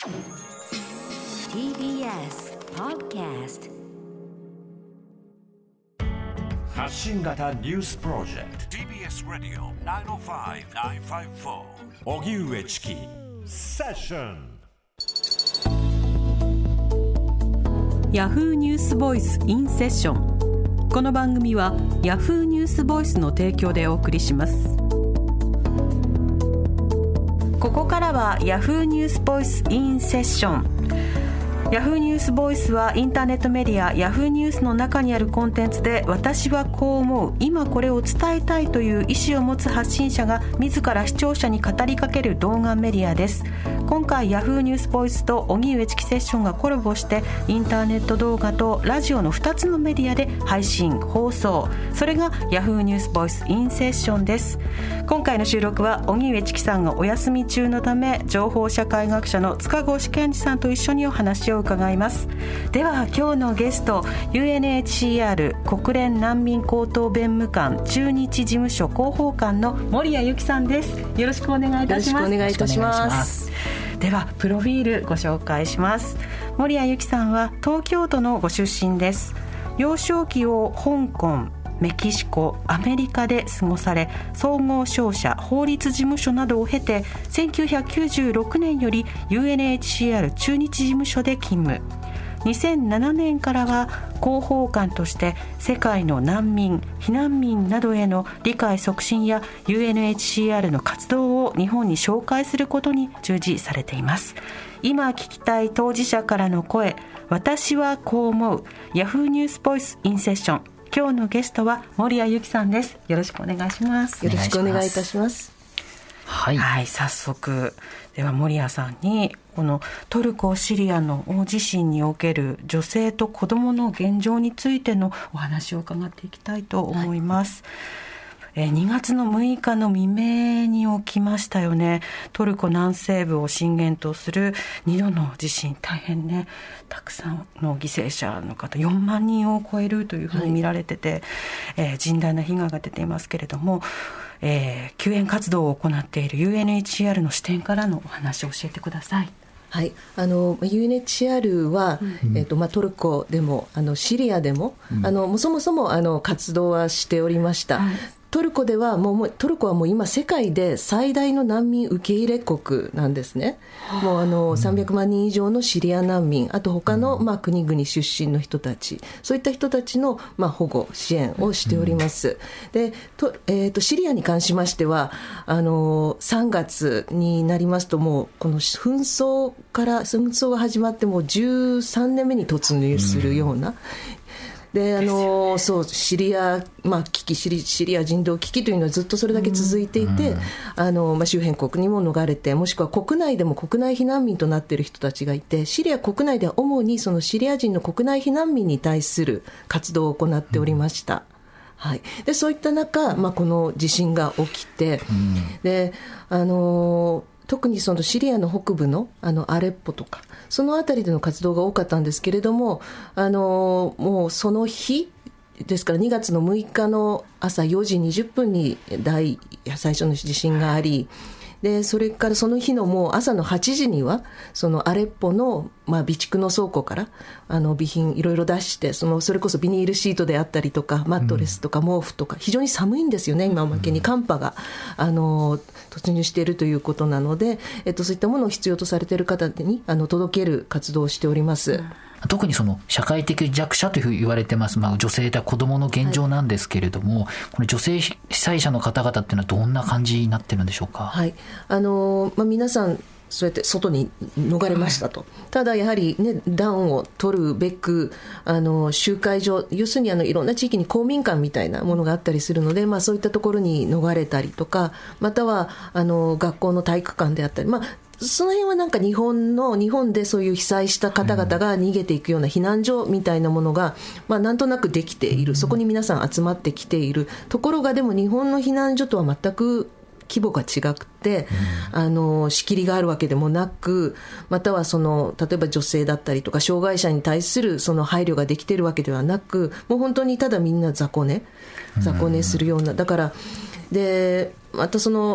TBS Podcast 発信型ニュースプロジェクト TBS ラディオ905-954荻上チキセッション。 ヤフーニュースボイスインセッション。この番組はヤフーニュースボイスの提供でお送りします。ここからはヤフーニュースボイスインセッション。ヤフーニュースボイスはインターネットメディアヤフーニュースの中にあるコンテンツで、私はこう思う、今これを伝えたいという意思を持つ発信者が自ら視聴者に語りかける動画メディアです。今回ヤフーニュースボイスと荻上チキセッションがコラボしてインターネット動画とラジオの2つのメディアで配信放送、それがヤフーニュースボイスインセッションです。今回の収録は荻上チキさんがお休み中のため、情報社会学者の塚越健二さんと一緒にお話を伺います。では今日のゲスト、 UNHCR 国連難民高等弁務官駐日事務所広報官の守屋由紀さんです。よろしくお願いいたします。 よろしくお願いいたします。 ではプロフィールご紹介します。守屋由紀さんは東京都のご出身です。幼少期を香港、メキシコ、アメリカで過ごされ、総合商社、法律事務所などを経て1996年より UNHCR 駐日事務所で勤務。2007年からは広報官として世界の難民・避難民などへの理解促進や UNHCR の活動を日本に紹介することに従事されています。今聞きたい当事者からの声、私はこう思う、ヤフーニュースボイスインセッション。今日のゲストは守屋由紀さんです。よろしくお願いします。 よろしくお願いいたします。 はい、早速では守屋さんにこのトルコ・シリアの大地震における女性と子どもの現状についてのお話を伺っていきたいと思います。2月の6日の未明に起きましたよね。トルコ南西部を震源とする2度の地震、大変ね、たくさんの犠牲者の方4万人を超えるというふうに見られてて、甚大な被害が出ていますけれども、救援活動を行っている UNHCR の視点からのお話を教えてください。 はい、UNHCR は、トルコでもシリアでも、そもそも活動はしておりました。トルコではトルコはもう今世界で最大の難民受け入れ国なんですね。もう300万人以上のシリア難民、あと他の国々出身の人たち、そういった人たちの保護支援をしております。でシリアに関しましては3月になりますと、もうこの紛争が始まってもう13年目に突入するような、でそうシリア、危機シリア人道危機というのはずっとそれだけ続いていて、周辺国にも逃れて、もしくは国内でも国内避難民となっている人たちがいて、シリア国内では主にそのシリア人の国内避難民に対する活動を行っておりました。はい、でそういった中、この地震が起きて、で特にそのシリアの北部のアレッポとかそのあたりでの活動が多かったんですけれども、もうその日ですから2月の6日の朝4時20分に最初の地震があり、でそれからその日のもう朝の8時にはそのアレッポの備蓄の倉庫から備品いろいろ出して、それこそビニールシートであったりとかマットレスとか毛布とか、非常に寒いんですよね今おまけに寒波が突入しているということなので、そういったものを必要とされている方に届ける活動をしております。 特にその社会的弱者というふうに言われてます、女性や子どもの現状なんですけれども、この女性被災者の方々っていうのはどんな感じになってるんでしょうか。 はい、皆さんそうやって外に逃れましたと、ただやはり、暖を取るべく集会所、要するにいろんな地域に公民館みたいなものがあったりするので、そういったところに逃れたりとか、または学校の体育館であったり、その辺はなんか日本でそういう被災した方々が逃げていくような避難所みたいなものが、なんとなくできている、そこに皆さん集まってきているところが、でも日本の避難所とは全く規模が違くて、仕切りがあるわけでもなく、または例えば女性だったりとか障害者に対する配慮ができているわけではなく、もう本当にただみんな雑魚寝するような、だからでまた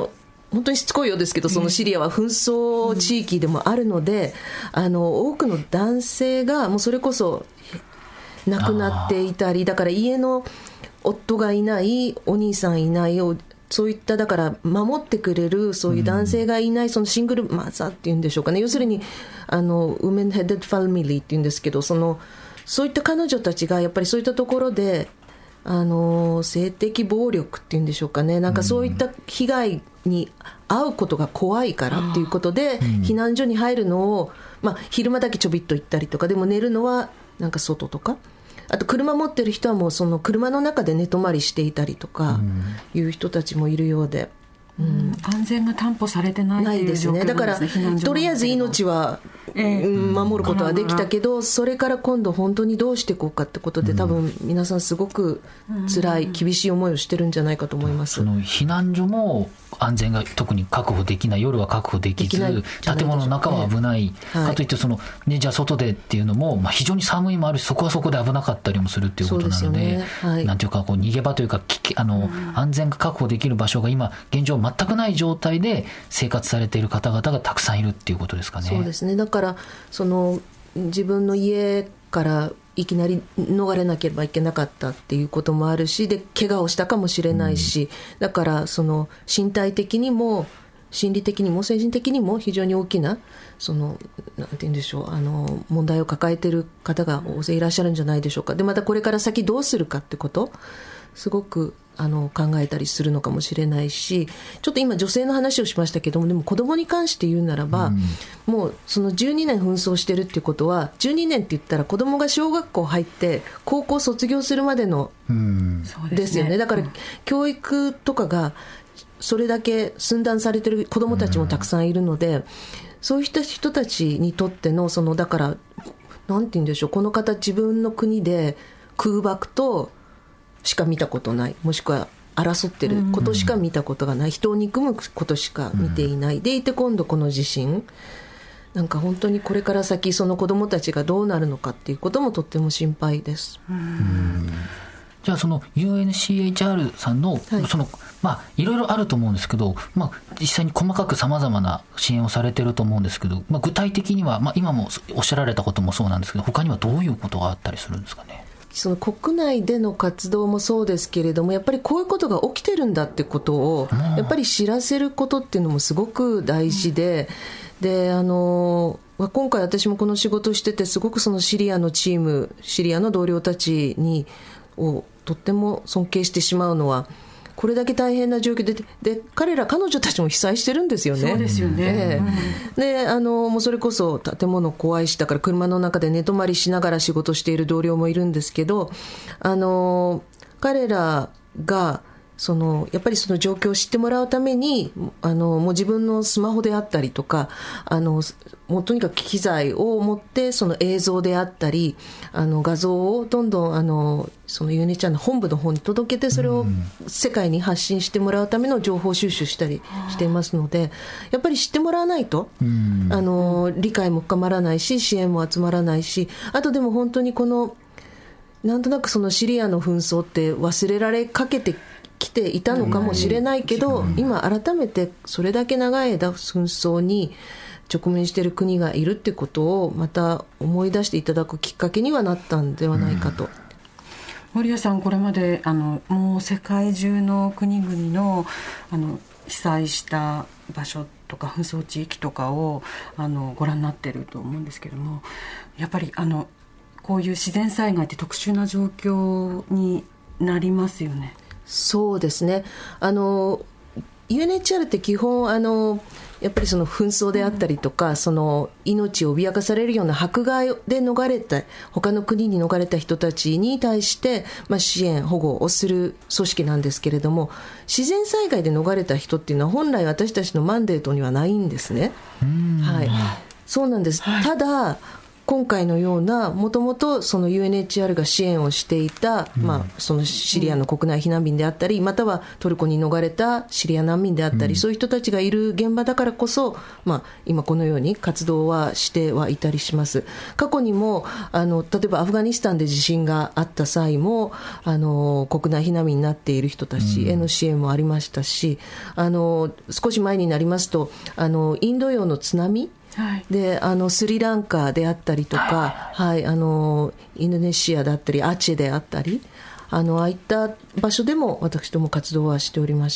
本当にしつこいようですけど、そのシリアは紛争地域でもあるので、多くの男性がもうそれこそ亡くなっていたり、だから家の夫がいない、お兄さんいない、そういっただから守ってくれるそういう男性がいない、そのシングルマザーっていうんでしょうかね、要するにウーメンヘッドファミリーっていうんですけど、そういった彼女たちがやっぱりそういったところで性的暴力っていうんでしょうかね、なんかそういった被害に遭うことが怖いからっていうことで、避難所に入るのを、昼間だけちょびっと行ったりとか、でも寝るのはなんか外とか、あと車持ってる人はもうその車の中で寝泊まりしていたりとかいう人たちもいるようで、 安全が担保されてないという状況なんですね。 だからとりあえず命は守ることはできたけど、それから今度本当にどうしていこうかってことで、多分皆さんすごく辛い厳しい思いをしてるんじゃないかと思います。 その避難所も安全が特に確保できない、夜は確保できず、建物の中は危ない、かといってじゃあ外でっていうのも、非常に寒いもあるし、そこはそこで危なかったりもするっていうことなので、なんていうか逃げ場というか安全が確保できる場所が今現状全くない状態で生活されている方々がたくさんいるっていうことですかね。 そうですね。だから自分の家からいきなり逃れなければいけなかったっていうこともあるし、で怪我をしたかもしれないし、だから身体的にも心理的にも精神的にも非常に大きななんて言うんでしょう、問題を抱えている方が大勢いらっしゃるんじゃないでしょうか。でまたこれから先どうするかってことすごく考えたりするのかもしれないし、ちょっと今女性の話をしましたけども、でも子供に関して言うならば、もうその12年紛争してるっていうことは、12年って言ったら子供が小学校入って高校卒業するまでのですよね。だから教育とかがそれだけ寸断されてる子供たちもたくさんいるので、そういった人たちにとってのだからなんて言うんでしょう、この方自分の国で空爆としか見たことない、もしくは争ってることしか見たことがない、人を憎むことしか見ていないでいて、今度この地震、なんか本当にこれから先その子どもたちがどうなるのかっていうこともとっても心配です。 じゃあUNCHR さんのいろいろあると思うんですけど、実際に細かくさまざまな支援をされていると思うんですけど、具体的には、今もおっしゃられたこともそうなんですけど、他にはどういうことがあったりするんですかね。 国内での活動もそうですけれども、やっぱりこういうことが起きてるんだってことをやっぱり知らせることっていうのもすごく大事で、今回私もこの仕事をしてて、すごくシリアのチーム、シリアの同僚たちをとっても尊敬してしまうのは、これだけ大変な状況で彼女たちも被災してるんですよね。 そうですよね。 でもうそれこそ建物怖いし、だから車の中で寝泊まりしながら仕事している同僚もいるんですけど、彼らがやっぱりその状況を知ってもらうためにもう自分のスマホであったりとかもうとにかく機材を持ってその映像であったり画像をどんどんそのUNHCRの本部の方に届けて、それを世界に発信してもらうための情報収集したりしていますので、やっぱり知ってもらわないと理解も深まらないし、支援も集まらないし、あとでも本当になんとなくシリアの紛争って忘れられかけて来ていたのかもしれないけど、今改めてそれだけ長い間紛争に直面している国がいるってことをまた思い出していただくきっかけにはなったんではないかと。 森谷さん、これまでもう世界中の国々の被災した場所とか紛争地域とかをご覧になっていると思うんですけども、やっぱりこういう自然災害って特殊な状況になりますよね。 そうですね。UNHCR って基本やっぱり紛争であったりとか、命を脅かされるような迫害で逃れた他の国に逃れた人たちに対して、支援保護をする組織なんですけれども、自然災害で逃れた人っていうのは本来私たちのマンデートにはないんですね。はい、そうなんです。ただ今回のようなもともとその UNHCR が支援をしていた、そのシリアの国内避難民であったり、またはトルコに逃れたシリア難民であったり、そういう人たちがいる現場だからこそ、今このように活動はしてはいたりします。過去にも例えばアフガニスタンで地震があった際も国内避難民になっている人たちへの支援もありましたし、少し前になりますとインド洋の津波でスリランカであったりとか、インドネシアだったりアチェであったりああいった場所でも私ども活動はしておりました。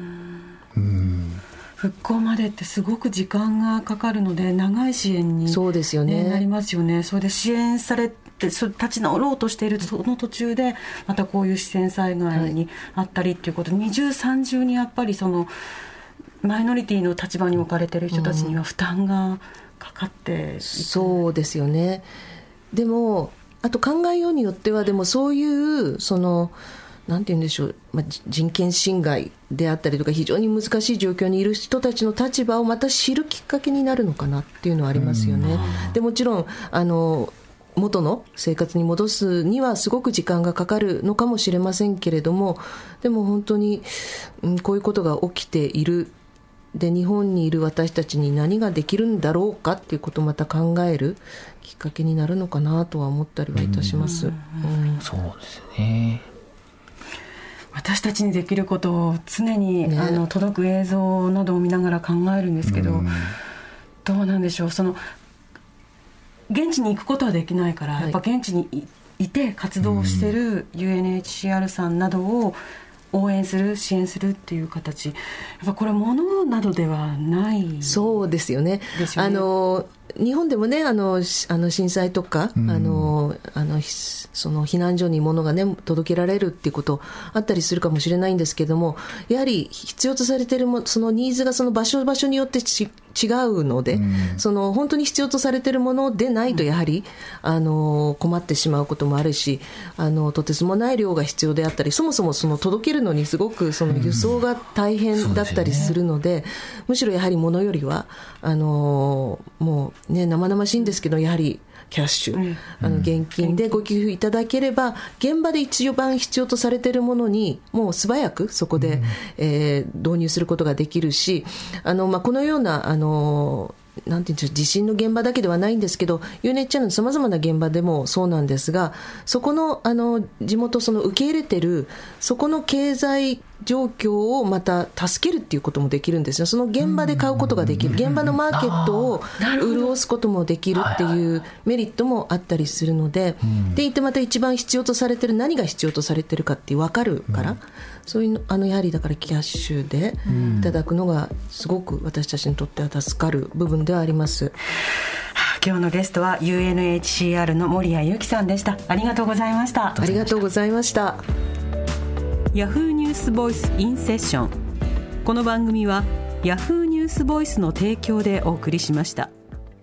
復興までってすごく時間がかかるので長い支援に、 そうですよね、 なりますよね。それで支援されて立ち直ろうとしているその途中でまたこういう自然災害にあったりっていうことで、二重三重にやっぱりそのマイノリティの立場に置かれている人たちには負担がかかってそうですよね。でもあと考えようによっては、でもそういうなんて言うんでしょう、人権侵害であったりとか非常に難しい状況にいる人たちの立場をまた知るきっかけになるのかなっていうのはありますよね。でもちろん元の生活に戻すにはすごく時間がかかるのかもしれませんけれども、でも本当に、こういうことが起きている。で日本にいる私たちに何ができるんだろうかっていうことをまた考えるきっかけになるのかなとは思ったりはいたします。 そうですね。 私たちにできることを常に、届く映像などを見ながら考えるんですけど、どうなんでしょう。現地に行くことはできないから、やっぱ現地にいて活動している UNHCR さんなどを応援する支援するっていう形、やっぱこれ物などではないそうですよね。日本でもね震災とか、その避難所に物がね届けられるっていうことあったりするかもしれないんですけども、やはり必要とされているそのニーズがその場所場所によって違うので、本当に必要とされているものでないとやはり困ってしまうこともあるし、とてつもない量が必要であったり、そもそも届けるのにすごく輸送が大変だったりするので、むしろやはり物よりはもうね生々しいんですけど、やはりキャッシュ、現金でご寄付いただければ現場で一番必要とされているものにもう素早くそこで、導入することができるし、このようななんていうんでしょう、地震の現場だけではないんですけど UNHCR のさまざまな現場でもそうなんですが、そこの地元受け入れてるそこの経済状況をまた助けるっていうこともできるんですよ。その現場で買うことができる、現場のマーケットを潤すこともできるっていうメリットもあったりするので、でいてまた一番必要とされてる、何が必要とされてるかって分かるから、そういうのやはりだからキャッシュでいただくのがすごく私たちにとっては助かる部分ではあります。 今日のゲストは UNHCR の守屋由紀さんでした。ありがとうございました。 ありがとうございました。 ヤフーニュースボイスインセッション。この番組はヤフーニュースボイスの提供でお送りしました。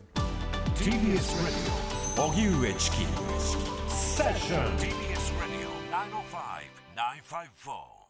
TBS ラジオ荻上チキセッション TBS ラジオ905-954